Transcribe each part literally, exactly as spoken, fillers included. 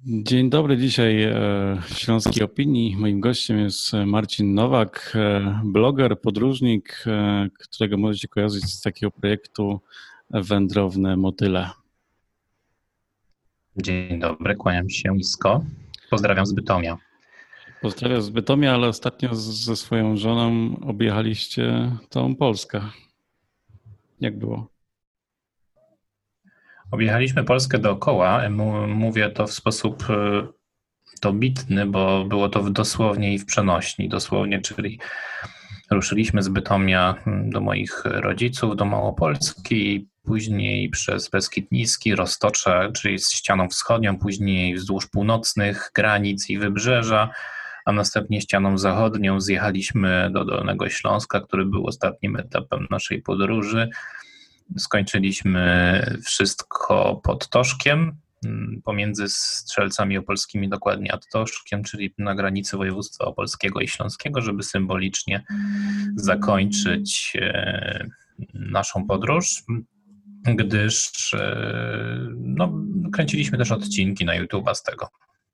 Dzień dobry, dzisiaj e, w Śląskiej Opinii. Moim gościem jest Marcin Nowak, e, bloger, podróżnik, e, którego możecie kojarzyć z takiego projektu Wędrowne Motyle. Dzień dobry, kłaniam się nisko. Pozdrawiam z Bytomia. Pozdrawiam z Bytomia, ale ostatnio z, ze swoją żoną objechaliście całą Polskę. Jak było? Objechaliśmy Polskę dookoła. Mówię to w sposób dobitny, bo było to dosłownie i w przenośni. Dosłownie, czyli ruszyliśmy z Bytomia do moich rodziców, do Małopolski, później przez Beskid Niski, Roztocze, czyli z ścianą wschodnią, później wzdłuż północnych granic i wybrzeża, a następnie ścianą zachodnią zjechaliśmy do Dolnego Śląska, który był ostatnim etapem naszej podróży. Skończyliśmy wszystko pod Toszkiem, pomiędzy Strzelcami Opolskimi, dokładnie nad Toszkiem, czyli na granicy województwa opolskiego i śląskiego, żeby symbolicznie zakończyć naszą podróż, gdyż no, kręciliśmy też odcinki na YouTube'a z tego.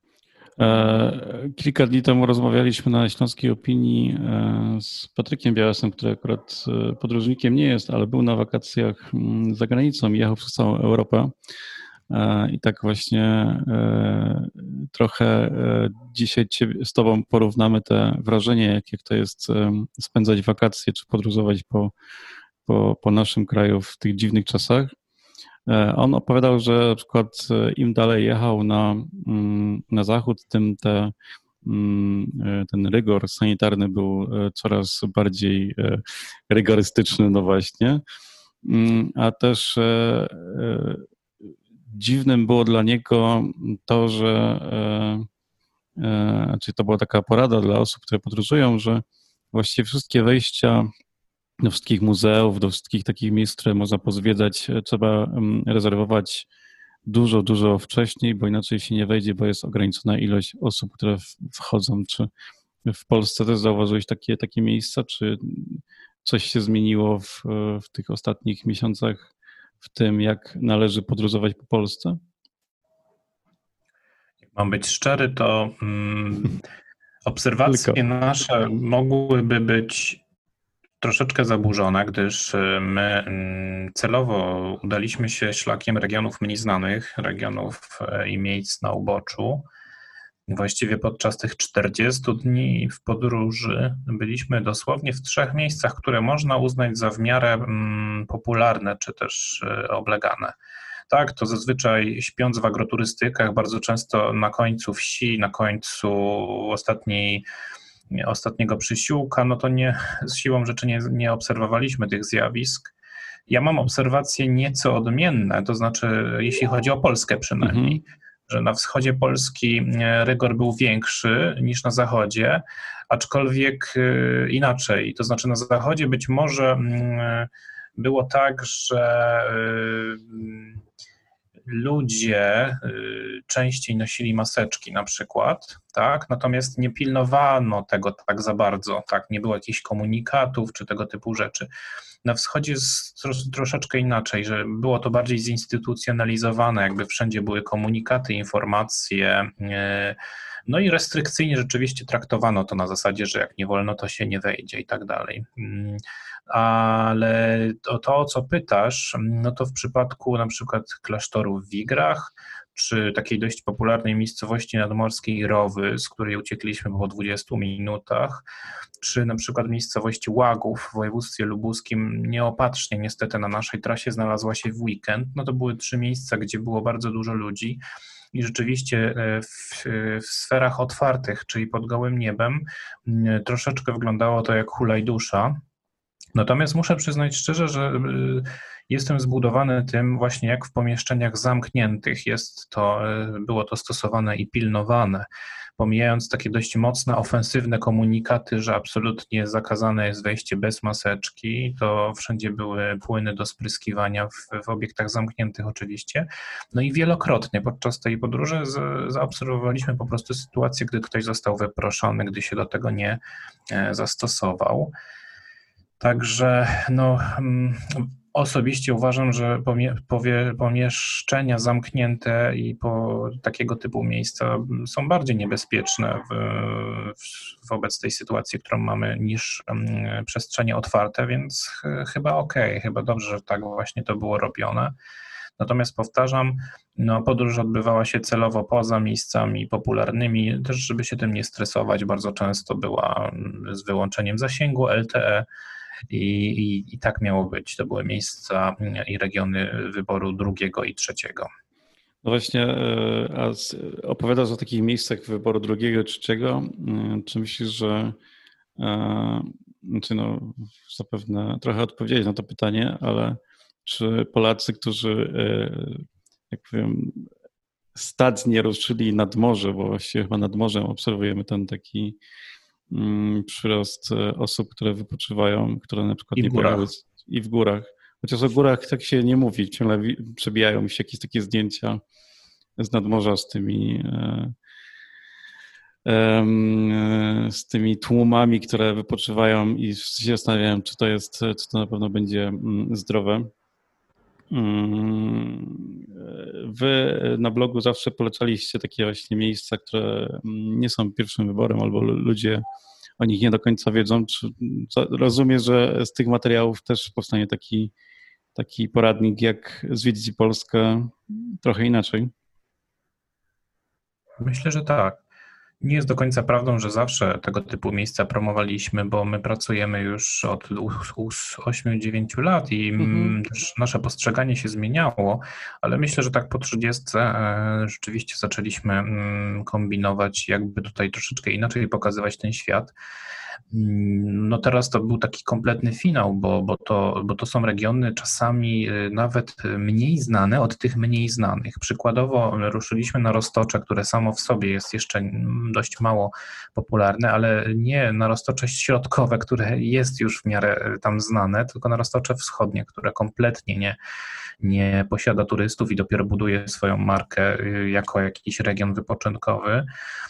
Kilka dni temu rozmawialiśmy na Śląskiej Opinii z Patrykiem Białasem, który akurat podróżnikiem nie jest, ale był na wakacjach za granicą i jechał przez całą Europę. I tak właśnie trochę dzisiaj z Tobą porównamy te wrażenia, jakie to jest spędzać wakacje czy podróżować po, po, po naszym kraju w tych dziwnych czasach. On opowiadał, że na przykład im dalej jechał na, na zachód, tym te, ten rygor sanitarny był coraz bardziej rygorystyczny, no właśnie. A też dziwnym było dla niego to, że znaczy to była taka porada dla osób, które podróżują, że właściwie wszystkie wejścia do wszystkich muzeów, do wszystkich takich miejsc, które można pozwiedzać, trzeba rezerwować dużo, dużo wcześniej, bo inaczej się nie wejdzie, bo jest ograniczona ilość osób, które wchodzą. Czy w Polsce też zauważyłeś takie, takie miejsca, czy coś się zmieniło w, w tych ostatnich miesiącach w tym, jak należy podróżować po Polsce? Jak mam być szczery, to mm, obserwacje Tylko. nasze mogłyby być troszeczkę zaburzone, gdyż my celowo udaliśmy się szlakiem regionów mniej znanych, regionów i miejsc na uboczu. Właściwie podczas tych czterdziestu dni w podróży byliśmy dosłownie w trzech miejscach, które można uznać za w miarę popularne czy też oblegane. Tak, to zazwyczaj śpiąc w agroturystykach, bardzo często na końcu wsi, na końcu ostatniej ostatniego przysiłka, no to nie, z siłą rzeczy nie, nie obserwowaliśmy tych zjawisk. Ja mam obserwacje nieco odmienne, to znaczy jeśli chodzi o Polskę przynajmniej, mhm. że na wschodzie Polski rygor był większy niż na zachodzie, aczkolwiek inaczej, to znaczy na zachodzie być może było tak, że ludzie częściej nosili maseczki na przykład, tak? Natomiast nie pilnowano tego tak za bardzo, tak? Nie było jakichś komunikatów czy tego typu rzeczy. Na wschodzie jest troszeczkę inaczej, że było to bardziej zinstytucjonalizowane, jakby wszędzie były komunikaty, informacje, no i restrykcyjnie rzeczywiście traktowano to na zasadzie, że jak nie wolno, to się nie wejdzie i tak dalej. Ale o to, o co pytasz, no to w przypadku na przykład klasztoru w Wigrach, czy takiej dość popularnej miejscowości nadmorskiej Rowy, z której uciekliśmy po dwudziestu minutach, czy na przykład miejscowości Łagów w województwie lubuskim, nieopatrznie niestety na naszej trasie znalazła się w weekend, no to były trzy miejsca, gdzie było bardzo dużo ludzi i rzeczywiście w, w sferach otwartych, czyli pod gołym niebem, troszeczkę wyglądało to jak hulajdusza. Natomiast muszę przyznać szczerze, że jestem zbudowany tym właśnie, jak w pomieszczeniach zamkniętych jest to, było to stosowane i pilnowane, pomijając takie dość mocne, ofensywne komunikaty, że absolutnie zakazane jest wejście bez maseczki, to wszędzie były płyny do spryskiwania w, w obiektach zamkniętych oczywiście. No i wielokrotnie podczas tej podróży z, zaobserwowaliśmy po prostu sytuację, gdy ktoś został wyproszony, gdy się do tego nie zastosował. Także no, Osobiście uważam, że pomie, powie, pomieszczenia zamknięte i po takiego typu miejsca są bardziej niebezpieczne w, w, wobec tej sytuacji, którą mamy, niż um, przestrzenie otwarte, więc ch, chyba okej, okay, chyba dobrze, że tak właśnie to było robione. Natomiast powtarzam, no, podróż odbywała się celowo poza miejscami popularnymi, też żeby się tym nie stresować, bardzo często była z wyłączeniem zasięgu L T E, I, i, i tak miało być. To były miejsca i regiony wyboru drugiego i trzeciego. No właśnie, a opowiadasz o takich miejscach wyboru drugiego i trzeciego. Czy myślisz, że znaczy no, zapewne trochę odpowiedziałeś na to pytanie, ale czy Polacy, którzy, jak powiem, stadnie ruszyli nad morze, bo właściwie chyba nad morzem obserwujemy ten taki przyrost osób, które wypoczywają, które na przykład I w nie górach. pojechały i w górach. Chociaż o górach tak się nie mówi. Ciągle przebijają mi się jakieś takie zdjęcia z nadmorza z tymi z tymi tłumami, które wypoczywają i się zastanawiają, czy to jest, czy to na pewno będzie zdrowe. Wy na blogu zawsze polecaliście takie właśnie miejsca, które nie są pierwszym wyborem, albo ludzie o nich nie do końca wiedzą. Czy, rozumiem, że z tych materiałów też powstanie taki, taki poradnik, jak zwiedzić Polskę trochę inaczej? Myślę, że tak. Nie jest do końca prawdą, że zawsze tego typu miejsca promowaliśmy, bo my pracujemy już od ośmiu dziewięciu lat i mhm. też nasze postrzeganie się zmieniało, ale myślę, że tak po trzydziestce rzeczywiście zaczęliśmy kombinować, jakby tutaj troszeczkę inaczej pokazywać ten świat. No teraz to był taki kompletny finał, bo, bo, to, bo to są regiony czasami nawet mniej znane od tych mniej znanych. Przykładowo ruszyliśmy na Roztocze, które samo w sobie jest jeszcze dość mało popularne, ale nie na Roztocze Środkowe, które jest już w miarę tam znane, tylko na Roztocze Wschodnie, które kompletnie nie, nie posiada turystów i dopiero buduje swoją markę jako jakiś region wypoczynkowy.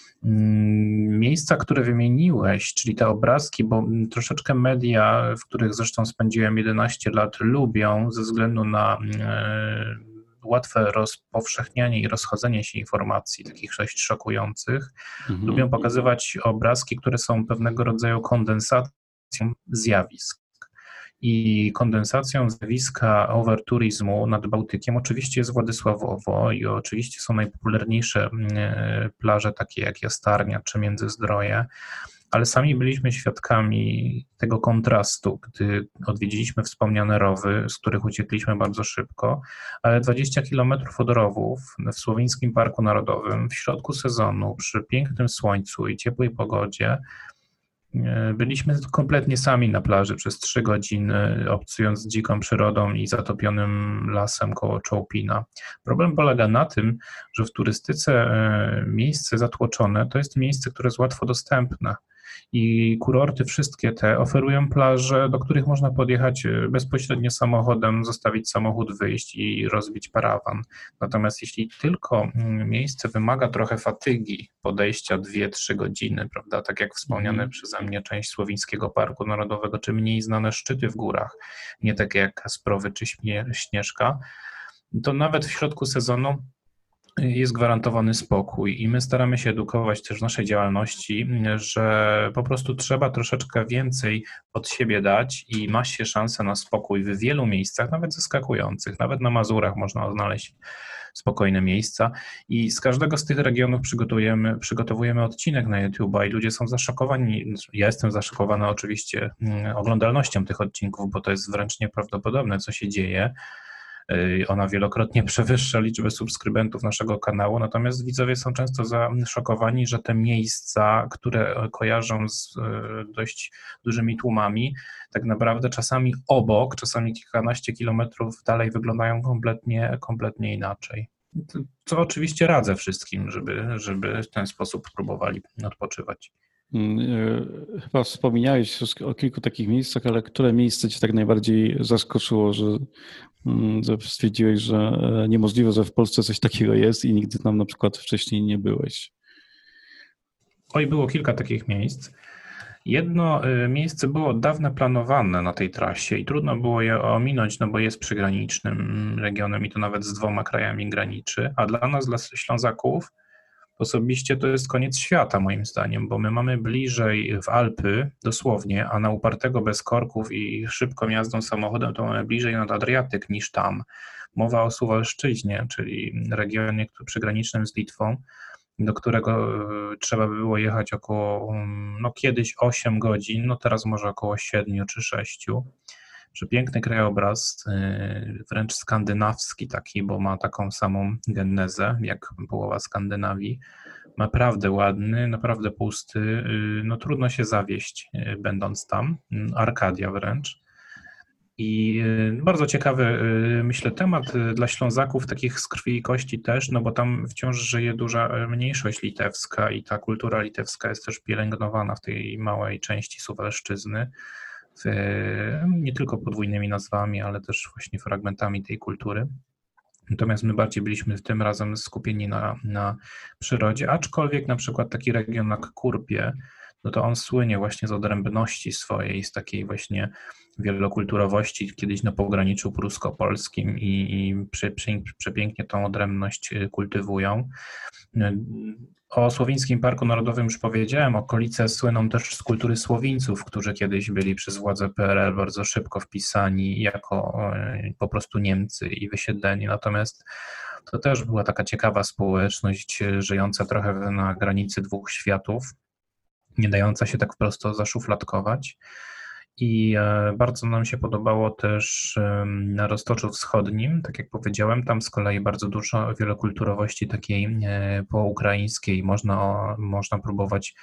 Miejsca, które wymieniłeś, czyli te obrazki, bo troszeczkę media, w których zresztą spędziłem jedenaście lat, lubią ze względu na e, łatwe rozpowszechnianie i rozchodzenie się informacji, takich dość szokujących, mhm. lubią pokazywać obrazki, które są pewnego rodzaju kondensacją zjawisk. I kondensacją zjawiska overturizmu nad Bałtykiem oczywiście jest Władysławowo i oczywiście są najpopularniejsze plaże takie jak Jastarnia czy Międzyzdroje, ale sami byliśmy świadkami tego kontrastu, gdy odwiedziliśmy wspomniane rowy, z których uciekliśmy bardzo szybko, ale dwadzieścia kilometrów od rowów w Słowińskim Parku Narodowym w środku sezonu przy pięknym słońcu i ciepłej pogodzie byliśmy kompletnie sami na plaży przez trzy godziny, obcując z dziką przyrodą i zatopionym lasem koło Czołpina. Problem polega na tym, że w turystyce miejsce zatłoczone to jest miejsce, które jest łatwo dostępne. I kurorty wszystkie te oferują plaże, do których można podjechać bezpośrednio samochodem, zostawić samochód, wyjść i rozbić parawan. Natomiast jeśli tylko miejsce wymaga trochę fatygi, podejścia dwie trzy godziny, prawda, tak jak wspomniane mm. przeze mnie część Słowińskiego Parku Narodowego, czy mniej znane szczyty w górach, nie takie jak Kasprowy czy Śnieżka, to nawet w środku sezonu jest gwarantowany spokój i my staramy się edukować też w naszej działalności, że po prostu trzeba troszeczkę więcej od siebie dać i ma się szansę na spokój w wielu miejscach, nawet zaskakujących. Nawet na Mazurach można znaleźć spokojne miejsca i z każdego z tych regionów przygotujemy, przygotowujemy odcinek na YouTube'a i ludzie są zaszokowani. Ja jestem zaszokowany oczywiście oglądalnością tych odcinków, bo to jest wręcz nieprawdopodobne, co się dzieje. Ona wielokrotnie przewyższa liczbę subskrybentów naszego kanału, natomiast widzowie są często zaszokowani, że te miejsca, które kojarzą z dość dużymi tłumami, tak naprawdę czasami obok, czasami kilkanaście kilometrów dalej wyglądają kompletnie, kompletnie inaczej. Co oczywiście radzę wszystkim, żeby, żeby w ten sposób próbowali odpoczywać. Chyba wspomniałeś o kilku takich miejscach, ale które miejsce cię tak najbardziej zaskoczyło, że, że stwierdziłeś, że niemożliwe, że w Polsce coś takiego jest i nigdy tam na przykład wcześniej nie byłeś? Oj, było kilka takich miejsc. Jedno y, miejsce było od dawna planowane na tej trasie i trudno było je ominąć, no bo jest przygranicznym regionem i to nawet z dwoma krajami graniczy, a dla nas, dla Ślązaków, osobiście to jest koniec świata moim zdaniem, bo my mamy bliżej w Alpy dosłownie, a na upartego bez korków i szybką jazdą samochodem to mamy bliżej nad Adriatyk niż tam. Mowa o Suwalszczyźnie, czyli regionie przygranicznym z Litwą, do którego y, trzeba by było jechać około, mm, no kiedyś osiem godzin, no teraz może około siedem czy sześć. Przepiękny krajobraz, y, wręcz skandynawski taki, bo ma taką samą genezę jak połowa Skandynawii. Naprawdę ładny, naprawdę pusty, y, no trudno się zawieść y, będąc tam, y, Arkadia wręcz. I bardzo ciekawy, myślę, temat dla Ślązaków, takich z krwi i kości też, no bo tam wciąż żyje duża mniejszość litewska i ta kultura litewska jest też pielęgnowana w tej małej części Suwalszczyzny, w, nie tylko podwójnymi nazwami, ale też właśnie fragmentami tej kultury. Natomiast my bardziej byliśmy tym razem skupieni na, na przyrodzie, aczkolwiek na przykład taki region jak Kurpie, no to on słynie właśnie z odrębności swojej, z takiej właśnie wielokulturowości, kiedyś na pograniczu prusko-polskim i, i prze, prze, przepięknie tą odrębność kultywują. O Słowińskim Parku Narodowym już powiedziałem, okolice słyną też z kultury Słowińców, którzy kiedyś byli przez władze P R L bardzo szybko wpisani jako po prostu Niemcy i wysiedleni, natomiast to też była taka ciekawa społeczność żyjąca trochę na granicy dwóch światów, nie dająca się tak prosto zaszufladkować. I bardzo nam się podobało też na Roztoczu Wschodnim, tak jak powiedziałem, tam z kolei bardzo dużo wielokulturowości takiej poukraińskiej, można, można próbować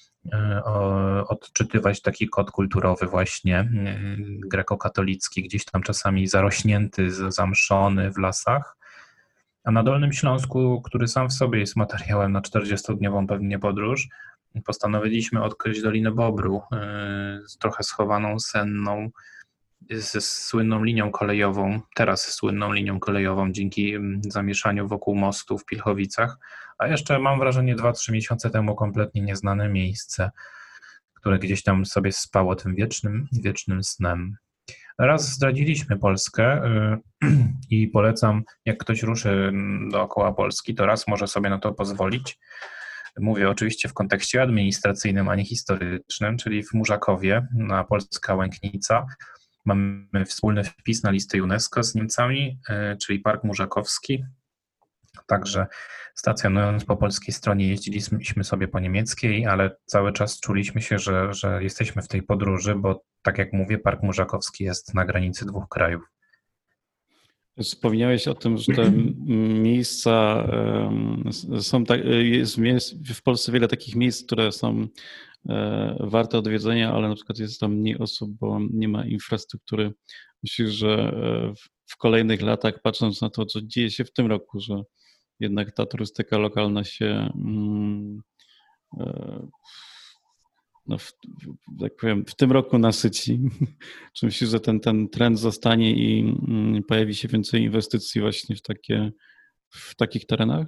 odczytywać taki kod kulturowy właśnie grekokatolicki, gdzieś tam czasami zarośnięty, zamszony w lasach. A na Dolnym Śląsku, który sam w sobie jest materiałem na czterdziestodniową pewnie podróż, postanowiliśmy odkryć Dolinę Bobru, z trochę schowaną, senną, ze słynną linią kolejową, teraz słynną linią kolejową dzięki zamieszaniu wokół mostu w Pilchowicach, a jeszcze mam wrażenie dwa trzy miesiące temu kompletnie nieznane miejsce, które gdzieś tam sobie spało tym wiecznym, wiecznym snem. Raz zdradziliśmy Polskę i polecam, jak ktoś ruszy dookoła Polski, to raz może sobie na to pozwolić. Mówię oczywiście w kontekście administracyjnym, a nie historycznym, czyli w Murzakowie, na Polska Łęknica. Mamy wspólny wpis na listę UNESCO z Niemcami, czyli Park Murzakowski. Także stacjonując po polskiej stronie jeździliśmy sobie po niemieckiej, ale cały czas czuliśmy się, że, że jesteśmy w tej podróży, bo tak jak mówię, Park Murzakowski jest na granicy dwóch krajów. Wspomniałeś o tym, że te miejsca są tak, jest w Polsce wiele takich miejsc, które są warte odwiedzenia, ale na przykład jest tam mniej osób, bo nie ma infrastruktury. Myślę, że w kolejnych latach, patrząc na to, co dzieje się w tym roku, że jednak ta turystyka lokalna się no, w, tak powiem, w tym roku nasyci. Czy myślisz, że ten, ten trend zostanie i pojawi się więcej inwestycji właśnie w, takie, w takich terenach?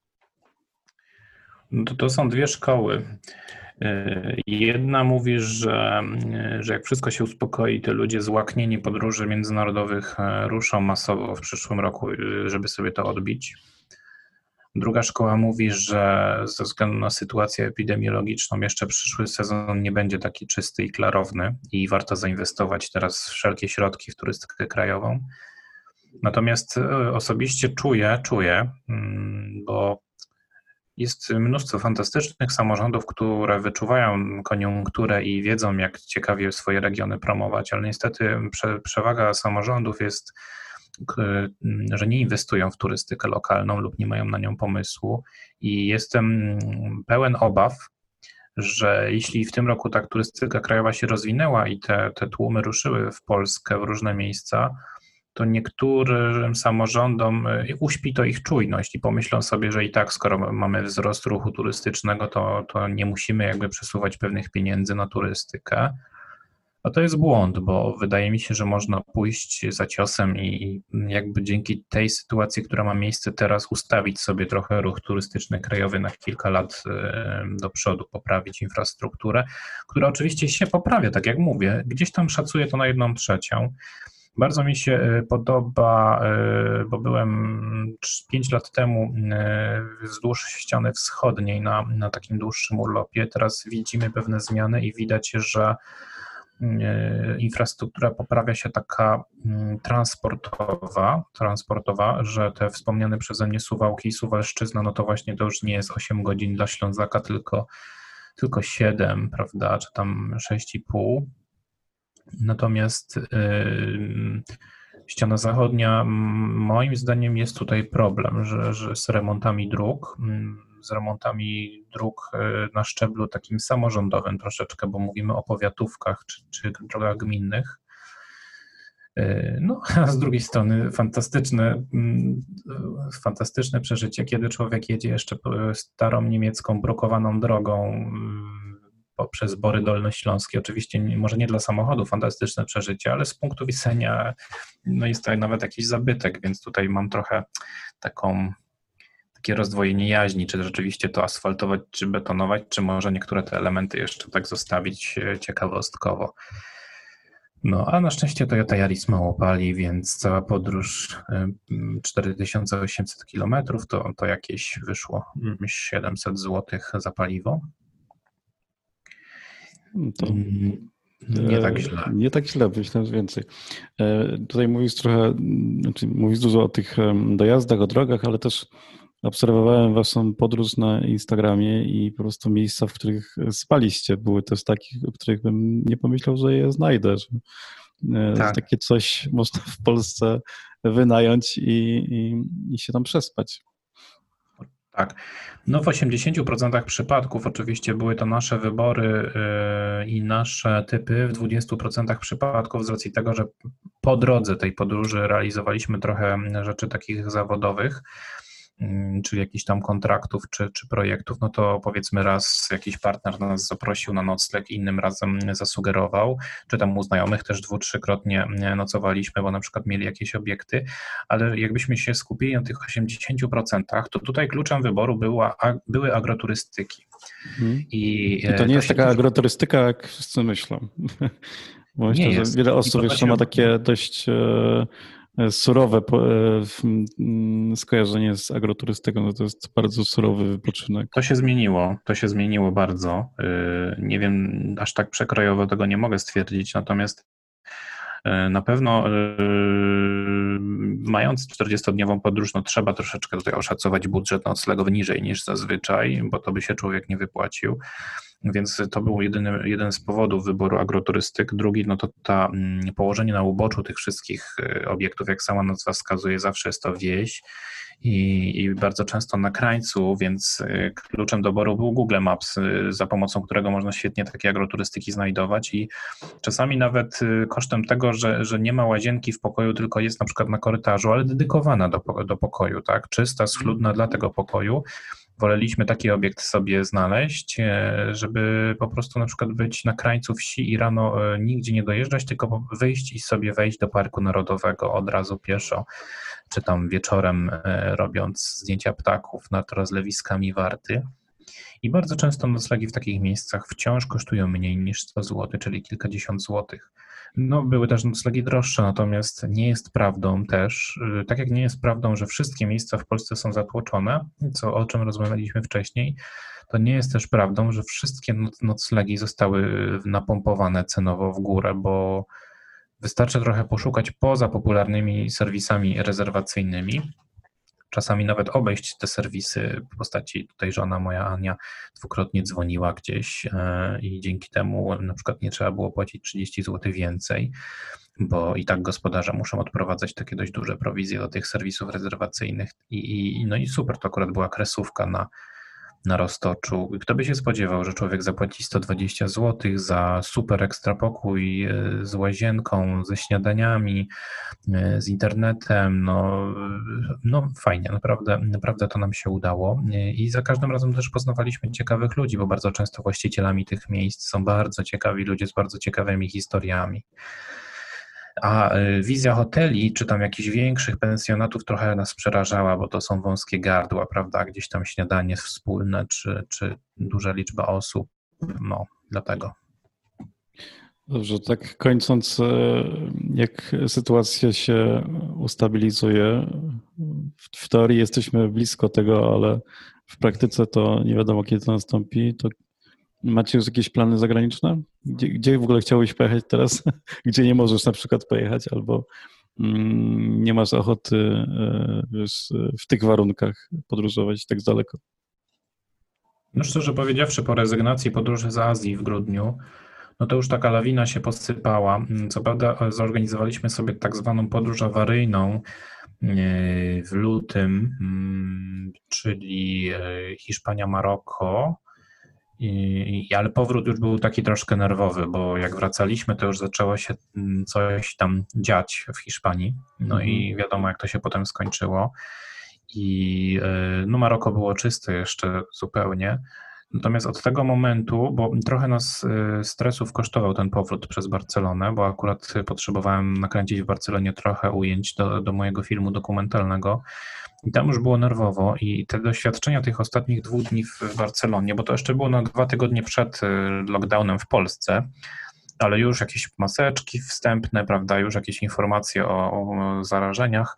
No to, to są dwie szkoły. Jedna mówi, że, że jak wszystko się uspokoi, to ludzie złaknieni podróży międzynarodowych ruszą masowo w przyszłym roku, żeby sobie to odbić. Druga szkoła mówi, że ze względu na sytuację epidemiologiczną jeszcze przyszły sezon nie będzie taki czysty i klarowny i warto zainwestować teraz wszelkie środki w turystykę krajową. Natomiast osobiście czuję, czuję, bo jest mnóstwo fantastycznych samorządów, które wyczuwają koniunkturę i wiedzą, jak ciekawie swoje regiony promować, ale niestety przewaga samorządów jest, że nie inwestują w turystykę lokalną lub nie mają na nią pomysłu i jestem pełen obaw, że jeśli w tym roku tak turystyka krajowa się rozwinęła i te, te tłumy ruszyły w Polskę w różne miejsca, to niektórym samorządom uśpi to ich czujność i pomyślą sobie, że i tak skoro mamy wzrost ruchu turystycznego, to, to nie musimy jakby przesuwać pewnych pieniędzy na turystykę. A to jest błąd, bo wydaje mi się, że można pójść za ciosem i jakby dzięki tej sytuacji, która ma miejsce teraz, ustawić sobie trochę ruch turystyczny krajowy na kilka lat do przodu, poprawić infrastrukturę, która oczywiście się poprawia, tak jak mówię, gdzieś tam szacuję to na jedną trzecią. Bardzo mi się podoba, bo byłem pięć lat temu wzdłuż ściany wschodniej na, na takim dłuższym urlopie. Teraz widzimy pewne zmiany i widać, że infrastruktura poprawia się taka transportowa, transportowa, że te wspomniane przeze mnie Suwałki i Suwalszczyzna, no to właśnie to już nie jest osiem godzin dla Ślązaka, tylko, tylko siedem, prawda, czy tam sześć i pół. Natomiast yy, ściana zachodnia, moim zdaniem jest tutaj problem, że, że z remontami dróg, z remontami dróg na szczeblu takim samorządowym troszeczkę, bo mówimy o powiatówkach czy, czy drogach gminnych. No, a z drugiej strony fantastyczne, fantastyczne przeżycie, kiedy człowiek jedzie jeszcze starą niemiecką brokowaną drogą poprzez Bory Dolnośląskie. Oczywiście może nie dla samochodu fantastyczne przeżycie, ale z punktu widzenia no jest to nawet jakiś zabytek, więc tutaj mam trochę taką takie rozdwojenie jaźni, czy rzeczywiście to asfaltować, czy betonować, czy może niektóre te elementy jeszcze tak zostawić ciekawostkowo. No, a na szczęście Toyota Yaris mało pali, więc cała podróż cztery tysiące osiemset kilometrów to, to jakieś wyszło siedemset złotych za paliwo. To nie tak źle. Nie tak źle, myślę, że więcej. Tutaj mówisz trochę, znaczy mówisz dużo o tych dojazdach, o drogach, ale też obserwowałem waszą podróż na Instagramie i po prostu miejsca, w których spaliście, były też takie, o których bym nie pomyślał, że je znajdę. Że, tak. że takie coś można w Polsce wynająć i, i, i się tam przespać. Tak. No w osiemdziesięciu procentach przypadków oczywiście były to nasze wybory yy, i nasze typy, w dwudziestu procentach przypadków z racji tego, że po drodze tej podróży realizowaliśmy trochę rzeczy takich zawodowych, czy jakichś tam kontraktów, czy, czy projektów, no to powiedzmy raz jakiś partner nas zaprosił na nocleg, innym razem zasugerował, czy tam u znajomych też dwu, trzykrotnie nocowaliśmy, bo na przykład mieli jakieś obiekty, ale jakbyśmy się skupili na tych osiemdziesięciu procentach, to tutaj kluczem wyboru była, były agroturystyki. Hmm. I, I to nie to jest taka dużo... agroturystyka, jak wszyscy myślą. Bo myślę, nie że jest. Wiele osób jeszcze się... ma takie dość surowe skojarzenie z agroturystyką, no to jest bardzo surowy wypoczynek. To się zmieniło, to się zmieniło bardzo. Nie wiem, aż tak przekrojowo tego nie mogę stwierdzić, natomiast na pewno mając czterdziestodniową podróż, no trzeba troszeczkę tutaj oszacować budżet noclegowy niżej niż zazwyczaj, bo to by się człowiek nie wypłacił. Więc to był jedyny, jeden z powodów wyboru agroturystyk. Drugi, no to ta położenie na uboczu tych wszystkich obiektów, jak sama nazwa wskazuje, zawsze jest to wieś i, i bardzo często na krańcu, więc kluczem doboru był Google Maps, za pomocą którego można świetnie takie agroturystyki znajdować i czasami nawet kosztem tego, że, że nie ma łazienki w pokoju, tylko jest na przykład na korytarzu, ale dedykowana do, do pokoju, tak, czysta, schludna dla tego pokoju. Woleliśmy taki obiekt sobie znaleźć, żeby po prostu na przykład być na krańcu wsi i rano nigdzie nie dojeżdżać, tylko wyjść i sobie wejść do Parku Narodowego od razu pieszo, czy tam wieczorem robiąc zdjęcia ptaków nad rozlewiskami Warty. I bardzo często noclegi w takich miejscach wciąż kosztują mniej niż sto złotych, czyli kilkadziesiąt złotych. No, były też noclegi droższe, natomiast nie jest prawdą też, tak jak nie jest prawdą, że wszystkie miejsca w Polsce są zatłoczone, co, o czym rozmawialiśmy wcześniej, to nie jest też prawdą, że wszystkie noclegi zostały napompowane cenowo w górę, bo wystarczy trochę poszukać poza popularnymi serwisami rezerwacyjnymi, czasami nawet obejść te serwisy w postaci, tutaj żona moja Ania dwukrotnie dzwoniła gdzieś i dzięki temu na przykład nie trzeba było płacić trzydzieści złotych więcej, bo i tak gospodarze muszą odprowadzać takie dość duże prowizje do tych serwisów rezerwacyjnych i, i, no i super, to akurat była kresówka na, na Roztoczu. Kto by się spodziewał, że człowiek zapłaci sto dwadzieścia złotych za super ekstra pokój z łazienką, ze śniadaniami, z internetem. No, no fajnie, naprawdę, naprawdę to nam się udało i za każdym razem też poznawaliśmy ciekawych ludzi, bo bardzo często właścicielami tych miejsc są bardzo ciekawi ludzie z bardzo ciekawymi historiami. A wizja hoteli, czy tam jakichś większych pensjonatów trochę nas przerażała, bo to są wąskie gardła, prawda, gdzieś tam śniadanie wspólne, czy, czy duża liczba osób, no dlatego. Dobrze, tak kończąc, jak sytuacja się ustabilizuje, w teorii jesteśmy blisko tego, ale w praktyce to nie wiadomo, kiedy to nastąpi, to macie już jakieś plany zagraniczne? Gdzie, gdzie w ogóle chciałbyś pojechać teraz? Gdzie nie możesz na przykład pojechać albo mm, nie masz ochoty wiesz, w tych warunkach podróżować tak daleko? No szczerze powiedziawszy, po rezygnacji podróży z Azji w grudniu, no to już taka lawina się posypała. Co prawda zorganizowaliśmy sobie tak zwaną podróż awaryjną w lutym, czyli Hiszpania, Maroko, I, ale powrót już był taki troszkę nerwowy, bo jak wracaliśmy, to już zaczęło się coś tam dziać w Hiszpanii, no mm. i wiadomo, jak to się potem skończyło. I no Maroko było czyste jeszcze zupełnie. Natomiast od tego momentu, bo trochę nas stresów kosztował ten powrót przez Barcelonę, bo akurat potrzebowałem nakręcić w Barcelonie trochę ujęć do, do mojego filmu dokumentalnego i tam już było nerwowo i te doświadczenia tych ostatnich dwóch dni w Barcelonie, bo to jeszcze było na dwa tygodnie przed lockdownem w Polsce, ale już jakieś maseczki wstępne, prawda, już jakieś informacje o, o zarażeniach.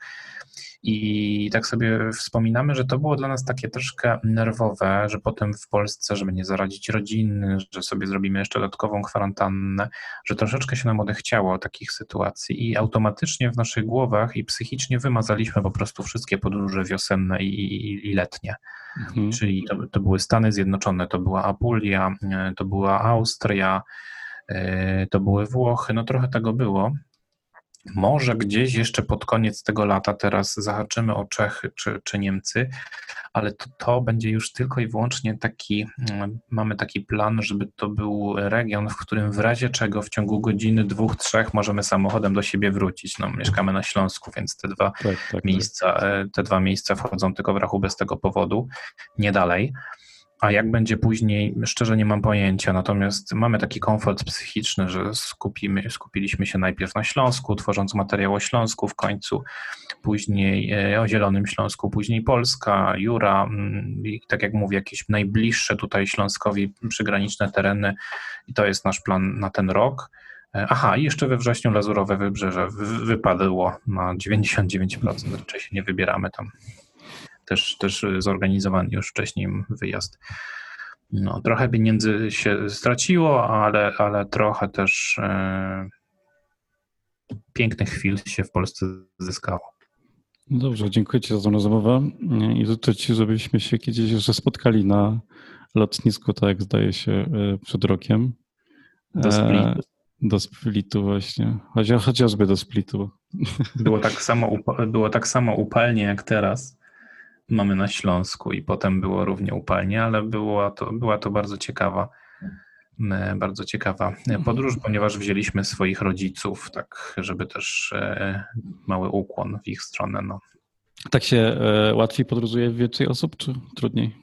I tak sobie wspominamy, że to było dla nas takie troszkę nerwowe, że potem w Polsce, żeby nie zarazić rodziny, że sobie zrobimy jeszcze dodatkową kwarantannę, że troszeczkę się nam odechciało takich sytuacji i automatycznie w naszych głowach i psychicznie wymazaliśmy po prostu wszystkie podróże wiosenne i, i, i letnie. Mhm. Czyli to, to były Stany Zjednoczone, to była Apulia, to była Austria, to były Włochy, no trochę tego było. Może gdzieś jeszcze pod koniec tego lata teraz zahaczymy o Czechy czy, czy Niemcy, ale to, to będzie już tylko i wyłącznie taki, mamy taki plan, żeby to był region, w którym w razie czego w ciągu godziny, dwóch, trzech możemy samochodem do siebie wrócić. No, mieszkamy na Śląsku, więc te dwa tak, tak, miejsca, tak. te dwa miejsca wchodzą tylko w rachubę z tego powodu, nie dalej. A jak będzie później, szczerze nie mam pojęcia, natomiast mamy taki komfort psychiczny, że skupimy, skupiliśmy się najpierw na Śląsku, tworząc materiał o Śląsku w końcu, później o Zielonym Śląsku, później Polska, Jura i tak jak mówię, jakieś najbliższe tutaj Śląskowi przygraniczne tereny i to jest nasz plan na ten rok. Aha, i jeszcze we wrześniu Lazurowe Wybrzeże wypadło na dziewięćdziesiąt dziewięć procent, raczej się nie wybieramy tam. Też, też zorganizowany już wcześniej wyjazd. No, trochę pieniędzy się straciło, ale, ale trochę też e, pięknych chwil się w Polsce zyskało. Dobrze, dziękuję Ci za tę rozmowę i życzę Ci, żebyśmy się kiedyś jeszcze spotkali na lotnisku, tak jak zdaje się przed rokiem. Do Splitu. Do Splitu właśnie, Chociaż, chociażby do Splitu. Było tak samo, było tak samo upalnie jak teraz. Mamy na Śląsku i potem było równie upalnie, ale była to, była to bardzo ciekawa, bardzo ciekawa podróż, ponieważ wzięliśmy swoich rodziców, tak żeby też mały ukłon w ich stronę. No. Tak się łatwiej podróżuje więcej osób, czy trudniej?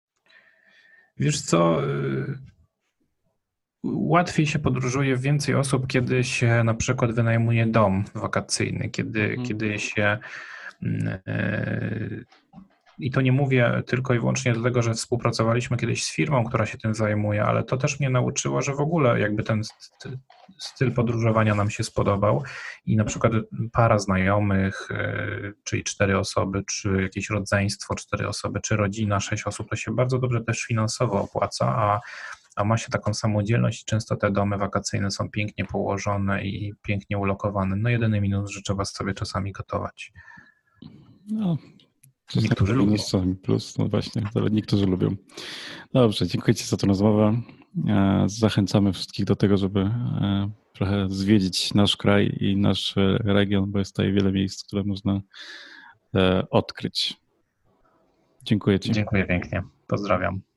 Wiesz co, łatwiej się podróżuje więcej osób, kiedy się na przykład wynajmuje dom wakacyjny, kiedy, hmm. kiedy się... I to nie mówię tylko i wyłącznie dlatego, że współpracowaliśmy kiedyś z firmą, która się tym zajmuje, ale to też mnie nauczyło, że w ogóle jakby ten styl podróżowania nam się spodobał i na przykład para znajomych, czyli cztery osoby, czy jakieś rodzeństwo, cztery osoby, czy rodzina, sześć osób, to się bardzo dobrze też finansowo opłaca, a, a ma się taką samodzielność i często te domy wakacyjne są pięknie położone i pięknie ulokowane. No jedyny minus, że trzeba sobie czasami gotować. No. Niektórzy lubią. Plus, no właśnie, ale niektórzy lubią. Dobrze, dziękuję Ci za tę rozmowę. Zachęcamy wszystkich do tego, żeby trochę zwiedzić nasz kraj i nasz region, bo jest tutaj wiele miejsc, które można odkryć. Dziękuję Ci. Dziękuję pięknie. Pozdrawiam.